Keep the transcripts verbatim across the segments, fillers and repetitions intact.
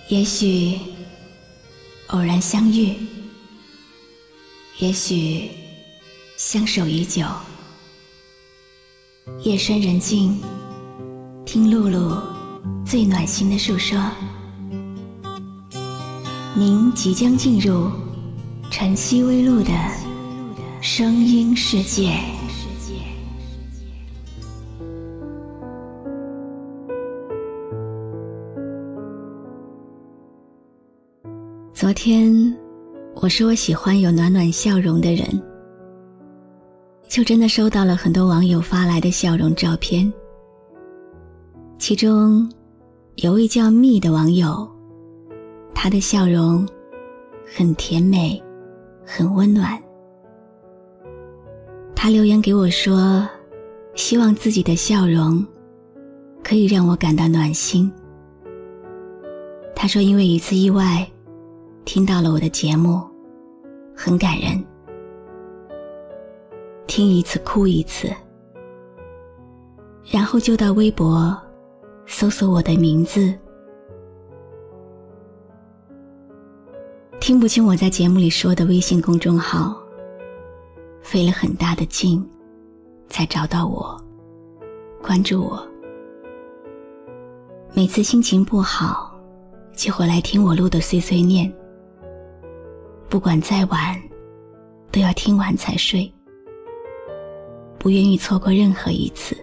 也许偶然相遇，也许相守已久。夜深人静，听露露最暖心的诉说。您即将进入晨曦微露的声音世界。昨天我说我喜欢有暖暖笑容的人，就真的收到了很多网友发来的笑容照片。其中有位叫蜜的网友，他的笑容很甜美，很温暖。他留言给我说，希望自己的笑容可以让我感到暖心。他说因为一次意外听到了我的节目，很感人，听一次哭一次，然后就到微博搜索我的名字。听不清我在节目里说的微信公众号，费了很大的劲才找到我，关注我。每次心情不好就回来听我录的碎碎念，不管再晚都要听完才睡，不愿意错过任何一次。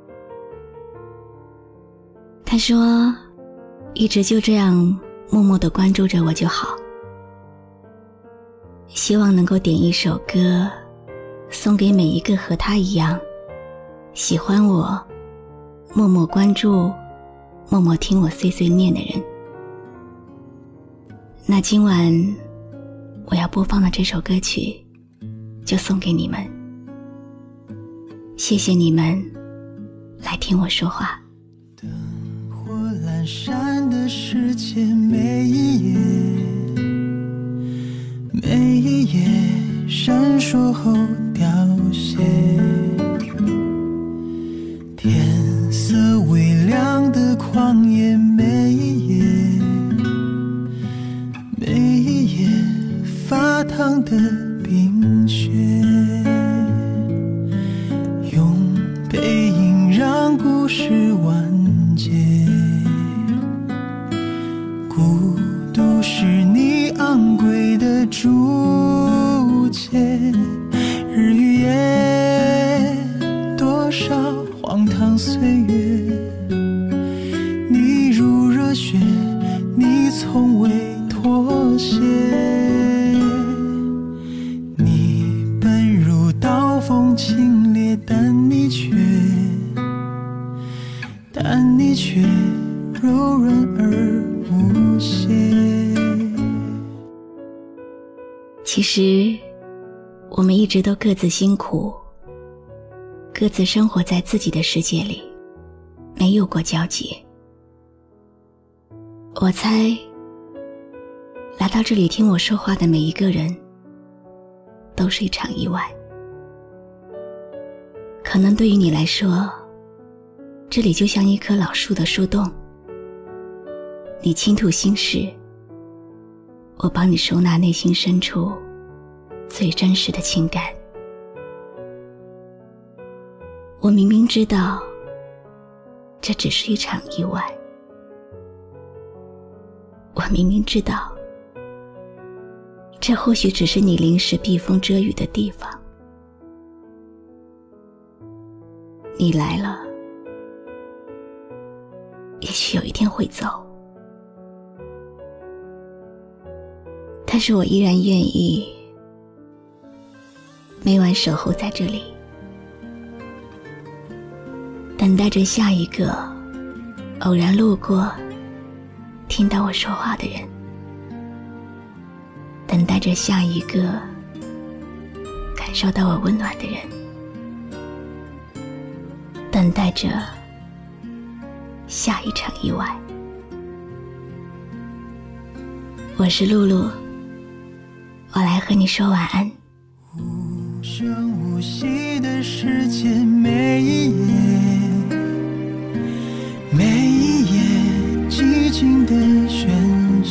他说一直就这样默默地关注着我就好，希望能够点一首歌送给每一个和他一样喜欢我、默默关注、默默听我碎碎念的人。那今晚我要播放的这首歌曲就送给你们，谢谢你们来听我说话。 灯火阑珊的世界，每一夜每一夜闪烁后凋谢，天色微亮的旷野，每一夜每一夜发烫的冰雪，用背影让故事完结，孤独是你昂贵的竹节，日与夜多少荒唐岁月，你如热血，你从未妥协，你本如刀锋清冽，但你却但你却柔软而无邪。 其实我们一直都各自辛苦，各自生活在自己的世界里，没有过交集。我猜来到这里听我说话的每一个人都是一场意外。可能对于你来说，这里就像一棵老树的树洞，你倾吐心事，我帮你收纳内心深处最真实的情感。我明明知道这只是一场意外，我明明知道这或许只是你临时避风遮雨的地方，你来了，也许有一天会走，但是我依然愿意每晚守候在这里，等待着下一个偶然路过听到我说话的人，等待着下一个感受到我温暖的人，等待着下一场意外。我是露露，我来和你说晚安。 无声无息的世界，每一夜每一夜寂静的旋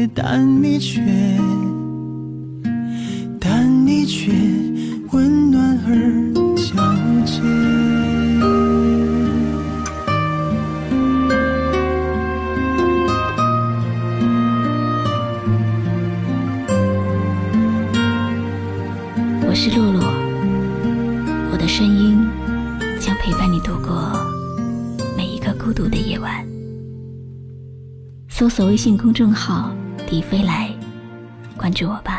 但你却但你却温暖而皎洁。 我是露露，我的声音将陪伴你度过每一个孤独的夜晚。搜索微信公众号“迪飞来”，关注我吧。